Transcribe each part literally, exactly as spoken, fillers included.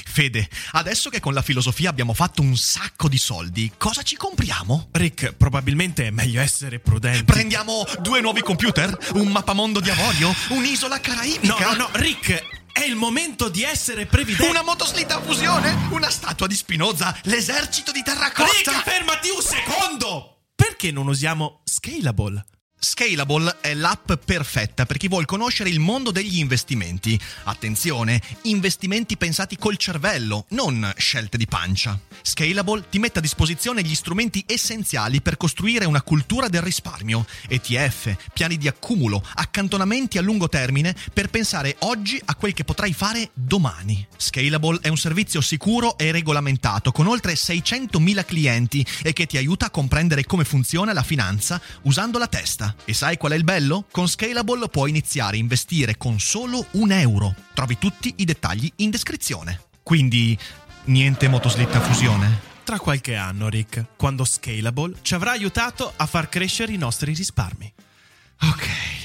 Fede, adesso che con la filosofia abbiamo fatto un sacco di soldi, cosa ci compriamo? Rick, probabilmente è meglio essere prudenti. Prendiamo due nuovi computer? Un mappamondo di avorio? Un'isola caraibica? No, no, no, Rick, è il momento di essere previdenti. Una motoslitta a fusione? Una statua di Spinoza? L'esercito di terracotta? Rick, fermati un secondo! Perché non usiamo Scalable? Scalable è l'app perfetta per chi vuol conoscere il mondo degli investimenti. Attenzione, investimenti pensati col cervello, non scelte di pancia. Scalable ti mette a disposizione gli strumenti essenziali per costruire una cultura del risparmio, E T F, piani di accumulo, accantonamenti a lungo termine per pensare oggi a quel che potrai fare domani. Scalable è un servizio sicuro e regolamentato con oltre seicentomila clienti e che ti aiuta a comprendere come funziona la finanza usando la testa. E sai qual è il bello? Con Scalable puoi iniziare a investire con solo un euro. Trovi tutti i dettagli in descrizione. Quindi, niente motoslitta a fusione? Tra qualche anno, Rick, quando Scalable ci avrà aiutato a far crescere i nostri risparmi. Ok.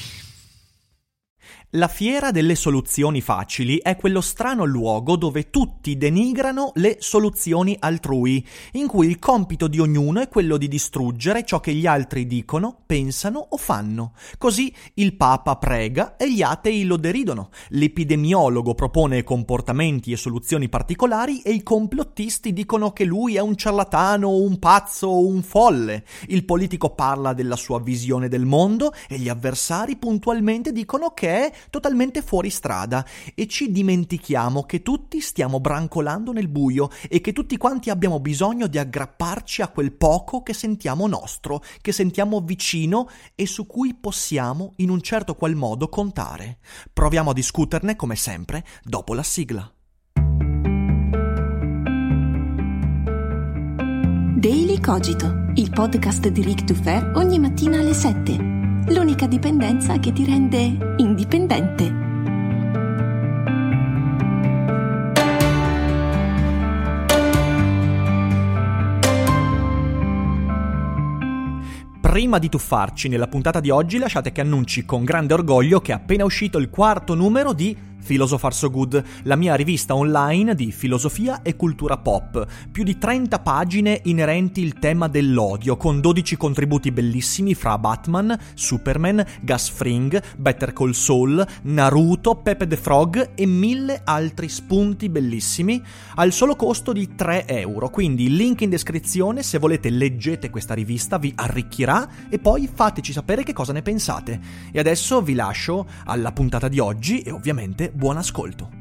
La fiera delle soluzioni facili è quello strano luogo dove tutti denigrano le soluzioni altrui, in cui il compito di ognuno è quello di distruggere ciò che gli altri dicono, pensano o fanno. Così il Papa prega e gli atei lo deridono, l'epidemiologo propone comportamenti e soluzioni particolari e i complottisti dicono che lui è un ciarlatano, un pazzo o un folle. Il politico parla della sua visione del mondo e gli avversari puntualmente dicono che è totalmente fuori strada e ci dimentichiamo che tutti stiamo brancolando nel buio e che tutti quanti abbiamo bisogno di aggrapparci a quel poco che sentiamo nostro, che sentiamo vicino e su cui possiamo in un certo qual modo contare. Proviamo a discuterne come sempre dopo la sigla. Daily Cogito, il podcast di Rick Dufer ogni mattina alle sette. L'unica dipendenza che ti rende indipendente. Prima di tuffarci nella puntata di oggi, lasciate che annunci con grande orgoglio che è appena uscito il quarto numero di Philosopher So Good, la mia rivista online di filosofia e cultura pop. Più di trenta pagine inerenti il tema dell'odio, con dodici contributi bellissimi fra Batman, Superman, Gus Fring, Better Call Saul, Naruto, Pepe the Frog e mille altri spunti bellissimi, al solo costo di tre euro. Quindi il link in descrizione, se volete leggete questa rivista, vi arricchirà e poi fateci sapere che cosa ne pensate. E adesso vi lascio alla puntata di oggi e ovviamente buon ascolto.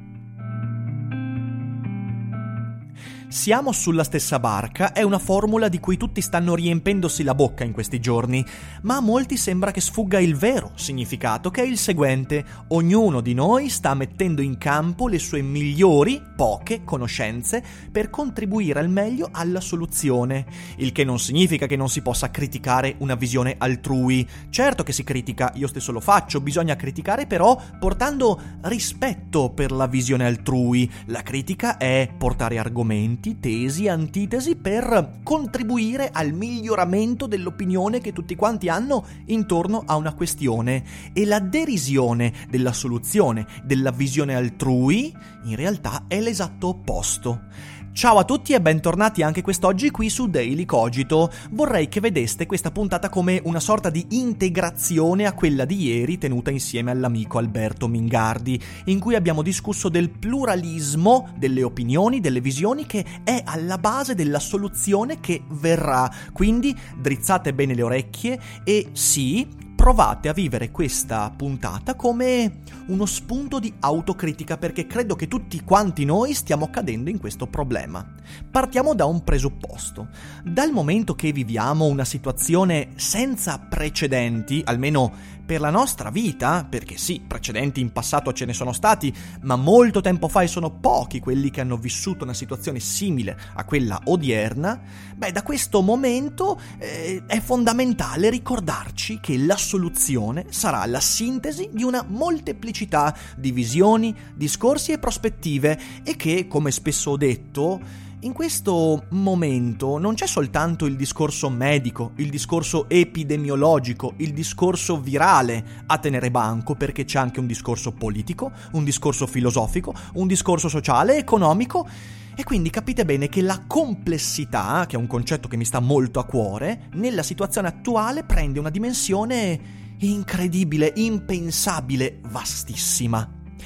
Siamo sulla stessa barca è una formula di cui tutti stanno riempendosi la bocca in questi giorni, ma a molti sembra che sfugga il vero significato, che è il seguente: ognuno di noi sta mettendo in campo le sue migliori, poche conoscenze per contribuire al meglio alla soluzione, il che non significa che non si possa criticare una visione altrui. Certo che si critica, io stesso lo faccio, bisogna criticare però portando rispetto per la visione altrui. La critica è portare argomenti, tesi, antitesi per contribuire al miglioramento dell'opinione che tutti quanti hanno intorno a una questione, e la derisione della soluzione, della visione altrui, in realtà è l'esatto opposto. Ciao a tutti e bentornati anche quest'oggi qui su Daily Cogito. Vorrei che vedeste questa puntata come una sorta di integrazione a quella di ieri tenuta insieme all'amico Alberto Mingardi, in cui abbiamo discusso del pluralismo delle opinioni, delle visioni, che è alla base della soluzione che verrà. Quindi drizzate bene le orecchie e sì, provate a vivere questa puntata come uno spunto di autocritica, perché credo che tutti quanti noi stiamo cadendo in questo problema. Partiamo da un presupposto. Dal momento che viviamo una situazione senza precedenti, almeno per la nostra vita, perché sì, precedenti in passato ce ne sono stati, ma molto tempo fa e sono pochi quelli che hanno vissuto una situazione simile a quella odierna, beh, da questo momento eh, è fondamentale ricordarci che la soluzione sarà la sintesi di una molteplicità di visioni, discorsi e prospettive, e che, come spesso ho detto, In questo momento non c'è soltanto il discorso medico, il discorso epidemiologico, il discorso virale a tenere banco, perché c'è anche un discorso politico, un discorso filosofico, un discorso sociale, economico, e quindi capite bene che la complessità, che è un concetto che mi sta molto a cuore, nella situazione attuale prende una dimensione incredibile, impensabile, vastissima.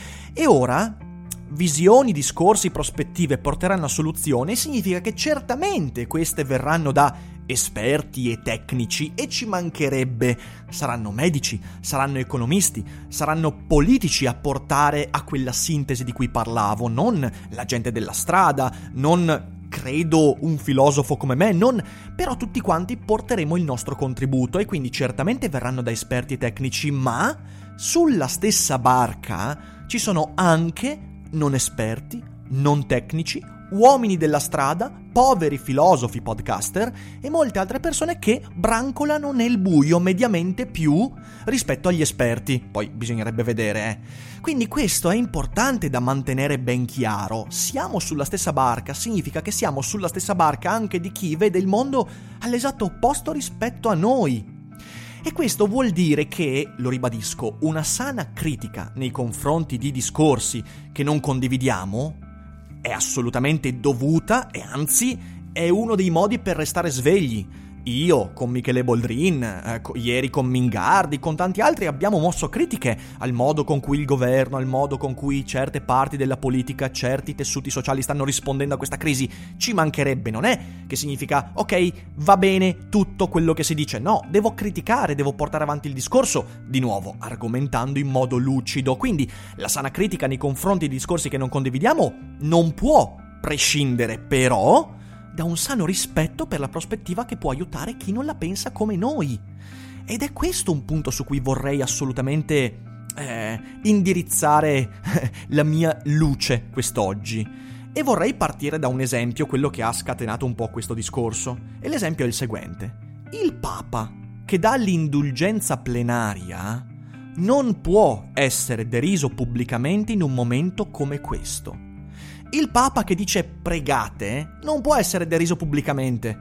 E ora visioni, discorsi, prospettive porteranno a soluzione, significa che certamente queste verranno da esperti e tecnici, e ci mancherebbe. Saranno medici, saranno economisti, saranno politici a portare a quella sintesi di cui parlavo, non la gente della strada, non credo un filosofo come me, non, però tutti quanti porteremo il nostro contributo, e quindi certamente verranno da esperti e tecnici, ma sulla stessa barca ci sono anche non esperti, non tecnici, uomini della strada, poveri filosofi podcaster e molte altre persone che brancolano nel buio mediamente più rispetto agli esperti. Poi bisognerebbe vedere, eh. Quindi questo è importante da mantenere ben chiaro. Siamo sulla stessa barca, significa che siamo sulla stessa barca anche di chi vede il mondo all'esatto opposto rispetto a noi. E questo vuol dire che, lo ribadisco, una sana critica nei confronti di discorsi che non condividiamo è assolutamente dovuta, e anzi è uno dei modi per restare svegli. Io, con Michele Boldrin, eh, ieri con Mingardi, con tanti altri, abbiamo mosso critiche al modo con cui il governo, al modo con cui certe parti della politica, certi tessuti sociali stanno rispondendo a questa crisi. Ci mancherebbe, non è che significa, ok, va bene tutto quello che si dice. No, devo criticare, devo portare avanti il discorso, di nuovo, argomentando in modo lucido. Quindi la sana critica nei confronti di discorsi che non condividiamo non può prescindere, però, da un sano rispetto per la prospettiva che può aiutare chi non la pensa come noi. Ed è questo un punto su cui vorrei assolutamente eh, indirizzare la mia luce quest'oggi. E vorrei partire da un esempio, quello che ha scatenato un po' questo discorso. E l'esempio è il seguente. Il Papa, che dà l'indulgenza plenaria, non può essere deriso pubblicamente in un momento come questo. Il Papa che dice pregate non può essere deriso pubblicamente,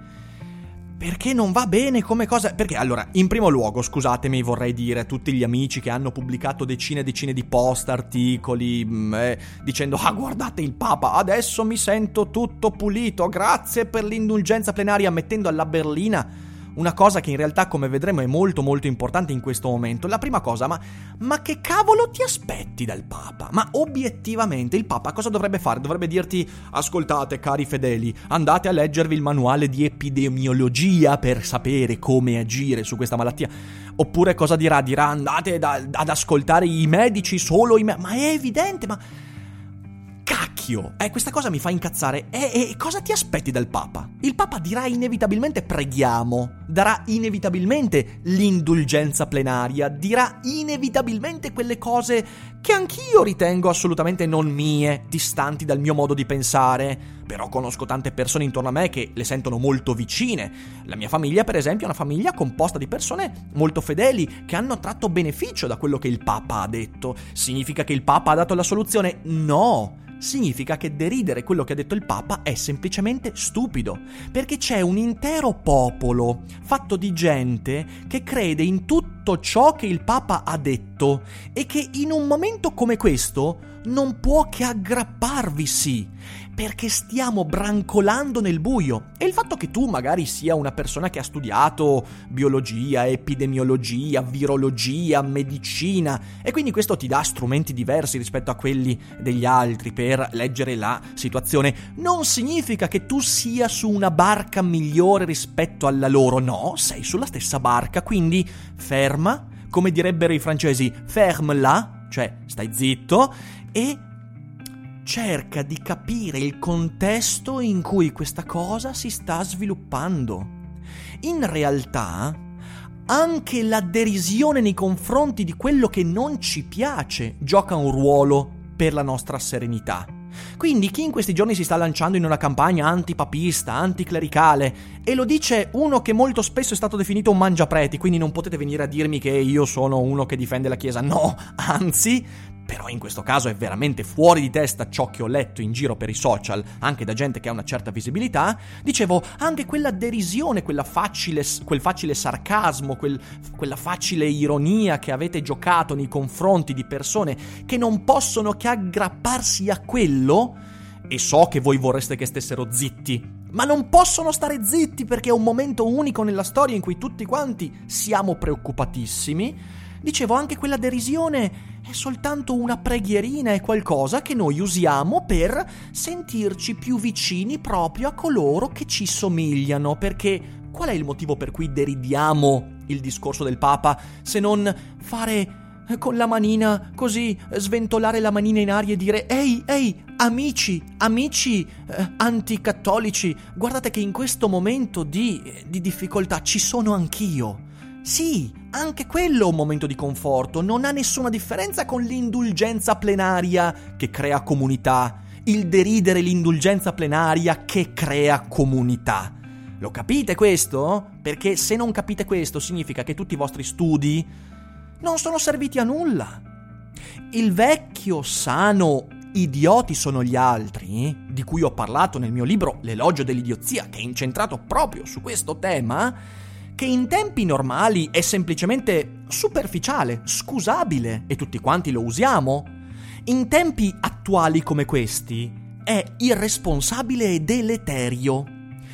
perché non va bene come cosa. Perché allora, in primo luogo, scusatemi, vorrei dire a tutti gli amici che hanno pubblicato decine e decine di post, articoli, eh, dicendo ah guardate il Papa, adesso mi sento tutto pulito, grazie per l'indulgenza plenaria, mettendo alla berlina una cosa che in realtà, come vedremo, è molto molto importante in questo momento. La prima cosa, ma, ma che cavolo ti aspetti dal Papa? Ma obiettivamente il Papa cosa dovrebbe fare? Dovrebbe dirti ascoltate cari fedeli, andate a leggervi il manuale di epidemiologia per sapere come agire su questa malattia. Oppure cosa dirà? Dirà andate da, ad ascoltare i medici, solo i medici. Ma è evidente, ma cacchio, eh, questa cosa mi fa incazzare. E, e cosa ti aspetti dal Papa? Il Papa dirà inevitabilmente preghiamo, darà inevitabilmente l'indulgenza plenaria, dirà inevitabilmente quelle cose che anch'io ritengo assolutamente non mie, distanti dal mio modo di pensare. Però conosco tante persone intorno a me che le sentono molto vicine. La mia famiglia, per esempio, è una famiglia composta di persone molto fedeli che hanno tratto beneficio da quello che il Papa ha detto. Significa che il Papa ha dato la soluzione? No! Significa che deridere quello che ha detto il Papa è semplicemente stupido, perché c'è un intero popolo fatto di gente che crede in tutto ciò che il Papa ha detto e che in un momento come questo non può che aggrapparvisi, perché stiamo brancolando nel buio. E il fatto che tu magari sia una persona che ha studiato biologia, epidemiologia, virologia, medicina, e quindi questo ti dà strumenti diversi rispetto a quelli degli altri per leggere la situazione, non significa che tu sia su una barca migliore rispetto alla loro. No, sei sulla stessa barca, quindi ferma, come direbbero i francesi, ferme là, cioè stai zitto, e cerca di capire il contesto in cui questa cosa si sta sviluppando. In realtà, anche la derisione nei confronti di quello che non ci piace gioca un ruolo per la nostra serenità. Quindi chi in questi giorni si sta lanciando in una campagna antipapista, anticlericale, e lo dice uno che molto spesso è stato definito un mangiapreti, quindi non potete venire a dirmi che io sono uno che difende la Chiesa. No, anzi, però in questo caso è veramente fuori di testa ciò che ho letto in giro per i social, anche da gente che ha una certa visibilità, dicevo, anche quella derisione, quella facile, quel facile sarcasmo, quel, quella facile ironia che avete giocato nei confronti di persone che non possono che aggrapparsi a quello, e so che voi vorreste che stessero zitti, ma non possono stare zitti perché è un momento unico nella storia in cui tutti quanti siamo preoccupatissimi. Dicevo, anche quella derisione è soltanto una preghierina, è qualcosa che noi usiamo per sentirci più vicini proprio a coloro che ci somigliano, perché qual è il motivo per cui deridiamo il discorso del Papa se non fare con la manina così, sventolare la manina in aria e dire ehi, ehi, amici, amici eh, anticattolici, guardate che in questo momento di, di difficoltà ci sono anch'io. Sì, anche quello è un momento di conforto, non ha nessuna differenza con l'indulgenza plenaria che crea comunità, il deridere l'indulgenza plenaria che crea comunità. Lo capite questo? Perché se non capite questo significa che tutti i vostri studi non sono serviti a nulla. Il vecchio sano idioti sono gli altri, di cui ho parlato nel mio libro L'elogio dell'idiozia, che è incentrato proprio su questo tema, che in tempi normali è semplicemente superficiale, scusabile, e tutti quanti lo usiamo, in tempi attuali come questi è irresponsabile e deleterio.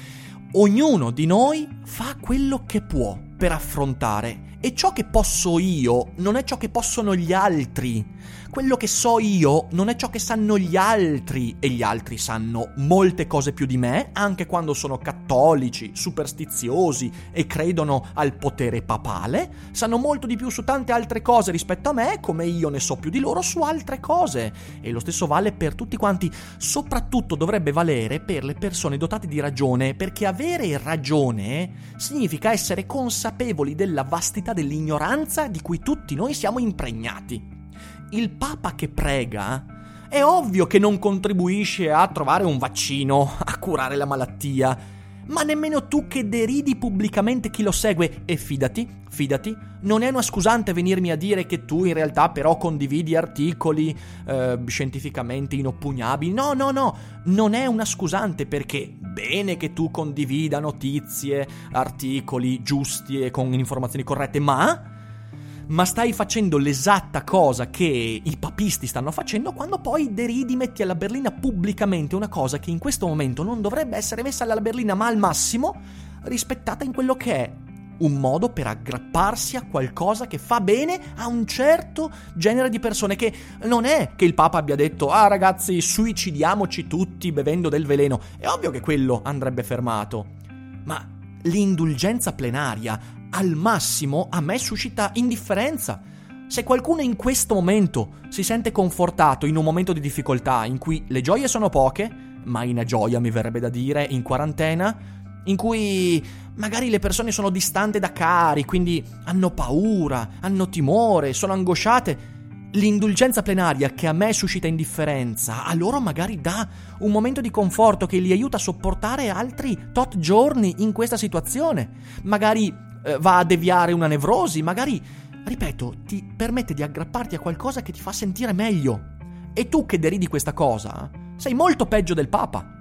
Ognuno di noi fa quello che può per affrontare, e ciò che posso io non è ciò che possono gli altri. Quello che so io non è ciò che sanno gli altri, e gli altri sanno molte cose più di me, anche quando sono cattolici, superstiziosi e credono al potere papale. Sanno molto di più su tante altre cose rispetto a me, come io ne so più di loro su altre cose. E lo stesso vale per tutti quanti. Soprattutto dovrebbe valere per le persone dotate di ragione, perché avere ragione significa essere consapevoli della vastità dell'ignoranza di cui tutti noi siamo impregnati. Il Papa che prega è ovvio che non contribuisce a trovare un vaccino, a curare la malattia, ma nemmeno tu che deridi pubblicamente chi lo segue. E fidati, fidati, non è una scusante venirmi a dire che tu in realtà però condividi articoli eh, scientificamente inoppugnabili. No, no, no, non è una scusante, perché bene che tu condivida notizie, articoli giusti e con informazioni corrette, ma... ma stai facendo l'esatta cosa che i papisti stanno facendo quando poi deridi, metti alla berlina pubblicamente una cosa che in questo momento non dovrebbe essere messa alla berlina, ma al massimo rispettata in quello che è un modo per aggrapparsi a qualcosa che fa bene a un certo genere di persone, che non è che il Papa abbia detto ah ragazzi suicidiamoci tutti bevendo del veleno. È ovvio che quello andrebbe fermato, ma l'indulgenza plenaria al massimo a me suscita indifferenza. Se qualcuno in questo momento si sente confortato in un momento di difficoltà in cui le gioie sono poche, ma in gioia mi verrebbe da dire, in quarantena, in cui magari le persone sono distanti da cari, quindi hanno paura, hanno timore, sono angosciate, l'indulgenza plenaria che a me suscita indifferenza, a loro magari dà un momento di conforto che li aiuta a sopportare altri tot giorni in questa situazione. Magari va a deviare una nevrosi, magari, ripeto, ti permette di aggrapparti a qualcosa che ti fa sentire meglio. E tu che deridi questa cosa sei molto peggio del Papa.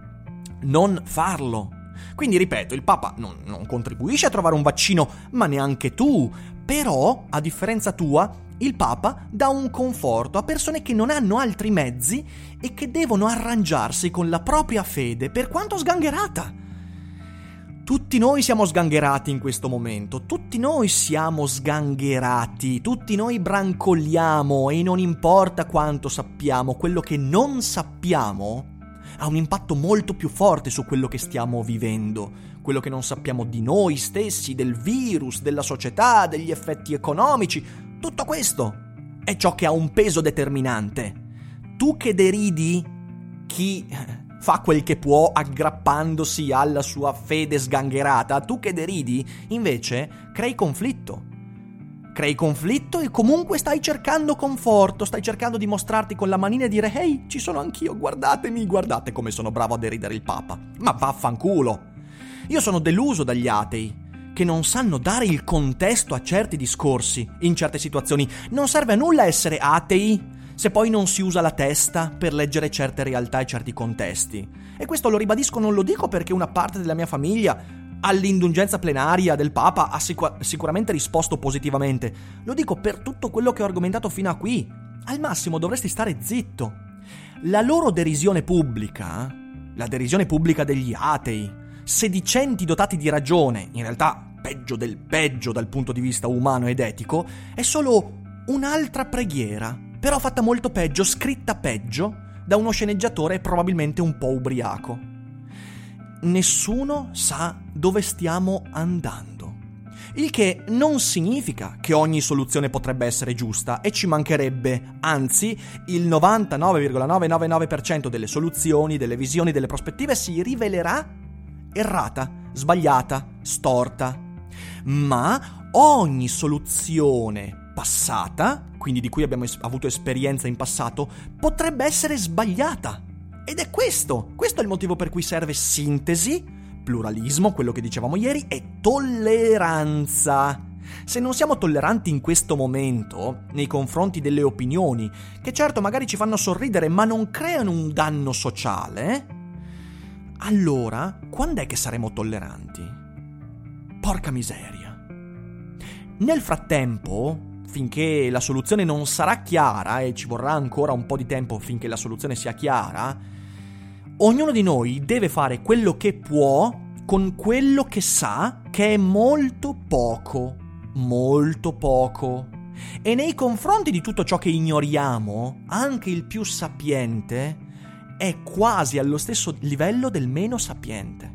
Non farlo. Quindi ripeto, il Papa non, non contribuisce a trovare un vaccino, ma neanche tu. Però, a differenza tua, il Papa dà un conforto a persone che non hanno altri mezzi e che devono arrangiarsi con la propria fede, per quanto sgangherata. Tutti noi siamo sgangherati in questo momento, tutti noi siamo sgangherati, tutti noi brancoliamo, e non importa quanto sappiamo, quello che non sappiamo ha un impatto molto più forte su quello che stiamo vivendo. Quello che non sappiamo di noi stessi, del virus, della società, degli effetti economici, tutto questo è ciò che ha un peso determinante. Tu che deridi chi fa quel che può aggrappandosi alla sua fede sgangherata, tu che deridi invece crei conflitto. Crei conflitto e comunque stai cercando conforto, stai cercando di mostrarti con la manina e dire ehi, ci sono anch'io, guardatemi, guardate come sono bravo a deridere il Papa. Ma vaffanculo. Io sono deluso dagli atei, che non sanno dare il contesto a certi discorsi, in certe situazioni. Non serve a nulla essere atei se poi non si usa la testa per leggere certe realtà e certi contesti. E questo, lo ribadisco, non lo dico perché una parte della mia famiglia all'indulgenza plenaria del Papa ha sicur- sicuramente risposto positivamente. Lo dico per tutto quello che ho argomentato fino a qui. Al massimo dovresti stare zitto. La loro derisione pubblica, la derisione pubblica degli atei, sedicenti dotati di ragione, in realtà peggio del peggio dal punto di vista umano ed etico, è solo un'altra preghiera, però fatta molto peggio, scritta peggio, da uno sceneggiatore probabilmente un po' ubriaco. Nessuno sa dove stiamo andando, il che non significa che ogni soluzione potrebbe essere giusta, e ci mancherebbe. Anzi, il novantanove virgola novecentonovantanove per cento delle soluzioni, delle visioni, delle prospettive si rivelerà errata, sbagliata, storta. Ma ogni soluzione passata, quindi di cui abbiamo es- avuto esperienza in passato, potrebbe essere sbagliata. Ed è questo, questo è il motivo per cui serve sintesi, pluralismo, quello che dicevamo ieri, e tolleranza. Se non siamo tolleranti in questo momento nei confronti delle opinioni, che certo magari ci fanno sorridere ma non creano un danno sociale, allora quando è che saremo tolleranti? Porca miseria. Nel frattempo, finché la soluzione non sarà chiara, e ci vorrà ancora un po' di tempo finché la soluzione sia chiara, ognuno di noi deve fare quello che può con quello che sa, che è molto poco, molto poco. E nei confronti di tutto ciò che ignoriamo, anche il più sapiente è quasi allo stesso livello del meno sapiente.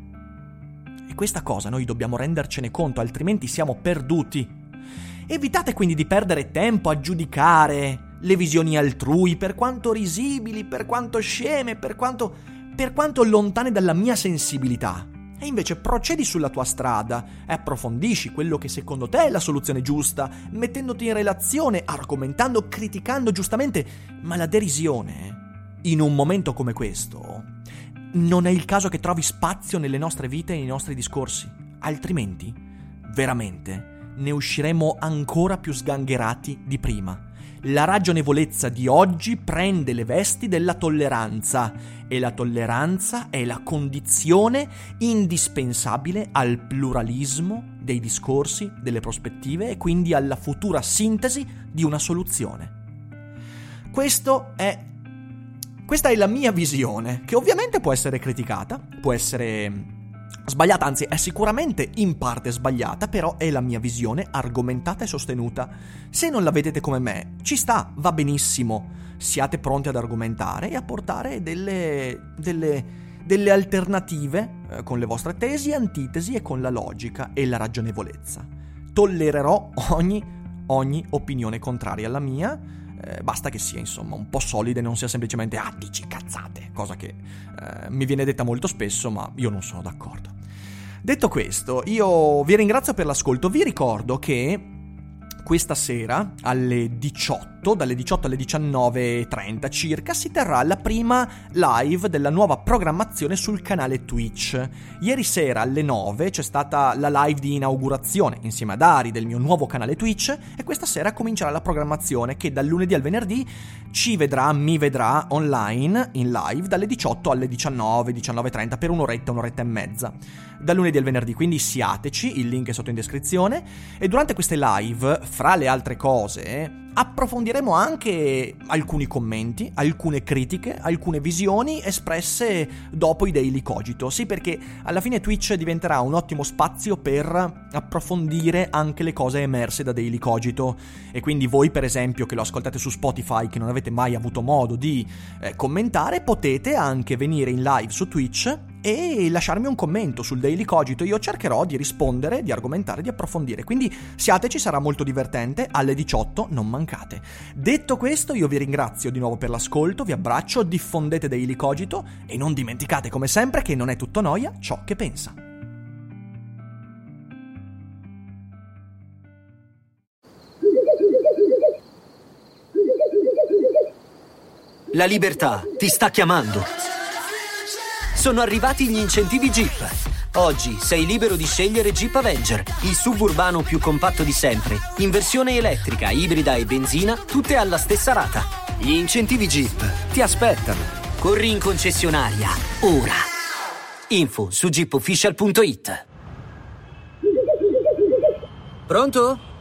E questa cosa noi dobbiamo rendercene conto, altrimenti siamo perduti. Evitate quindi di perdere tempo a giudicare le visioni altrui, per quanto risibili, per quanto sceme, per quanto, per quanto lontane dalla mia sensibilità. E invece procedi sulla tua strada e approfondisci quello che secondo te è la soluzione giusta, mettendoti in relazione, argomentando, criticando giustamente. Ma la derisione, in un momento come questo, non è il caso che trovi spazio nelle nostre vite e nei nostri discorsi. Altrimenti, veramente, ne usciremo ancora più sgangherati di prima. La ragionevolezza di oggi prende le vesti della tolleranza, e la tolleranza è la condizione indispensabile al pluralismo dei discorsi, delle prospettive, e quindi alla futura sintesi di una soluzione. Questo è questa è la mia visione, che ovviamente può essere criticata, può essere sbagliata, anzi è sicuramente in parte sbagliata, però è la mia visione argomentata e sostenuta. Se non la vedete come me, ci sta, va benissimo. Siate pronti ad argomentare e a portare delle, delle, delle alternative eh, con le vostre tesi, antitesi e con la logica e la ragionevolezza. Tollererò ogni, ogni opinione contraria alla mia, eh, basta che sia insomma un po' solida e non sia semplicemente ah dici cazzate, cosa che eh, mi viene detta molto spesso, ma io non sono d'accordo. Detto questo, io vi ringrazio per l'ascolto. Vi ricordo che questa sera alle diciotto, dalle diciotto alle diciannove e trenta circa, si terrà la prima live della nuova programmazione sul canale Twitch. Ieri sera alle nove c'è stata la live di inaugurazione insieme ad Ari del mio nuovo canale Twitch, e questa sera comincerà la programmazione che dal lunedì al venerdì ci vedrà, mi vedrà online in live dalle diciotto alle diciannove, diciannove e trenta per un'oretta, un'oretta e mezza. Dal lunedì al venerdì, quindi siateci, il link è sotto in descrizione. E durante queste live, fra le altre cose, approfondiremo anche alcuni commenti, alcune critiche, alcune visioni espresse dopo i Daily Cogito. Sì, perché alla fine Twitch diventerà un ottimo spazio per approfondire anche le cose emerse da Daily Cogito. E quindi voi, per esempio, che lo ascoltate su Spotify, che non avete mai avuto modo di eh, commentare, potete anche venire in live su Twitch e lasciarmi un commento sul Daily Cogito. Io cercherò di rispondere, di argomentare, di approfondire. Quindi siateci, sarà molto divertente. Alle diciotto non mancate. Detto questo, io vi ringrazio di nuovo per l'ascolto, vi abbraccio, diffondete Daily Cogito e non dimenticate come sempre che non è tutto noia ciò che pensa. La libertà ti sta chiamando. Sono arrivati gli incentivi Jeep. Oggi sei libero di scegliere Jeep Avenger, il suburbano più compatto di sempre, in versione elettrica, ibrida e benzina, tutte alla stessa rata. Gli incentivi Jeep ti aspettano. Corri in concessionaria, ora. Info su jeep official punto it. Pronto?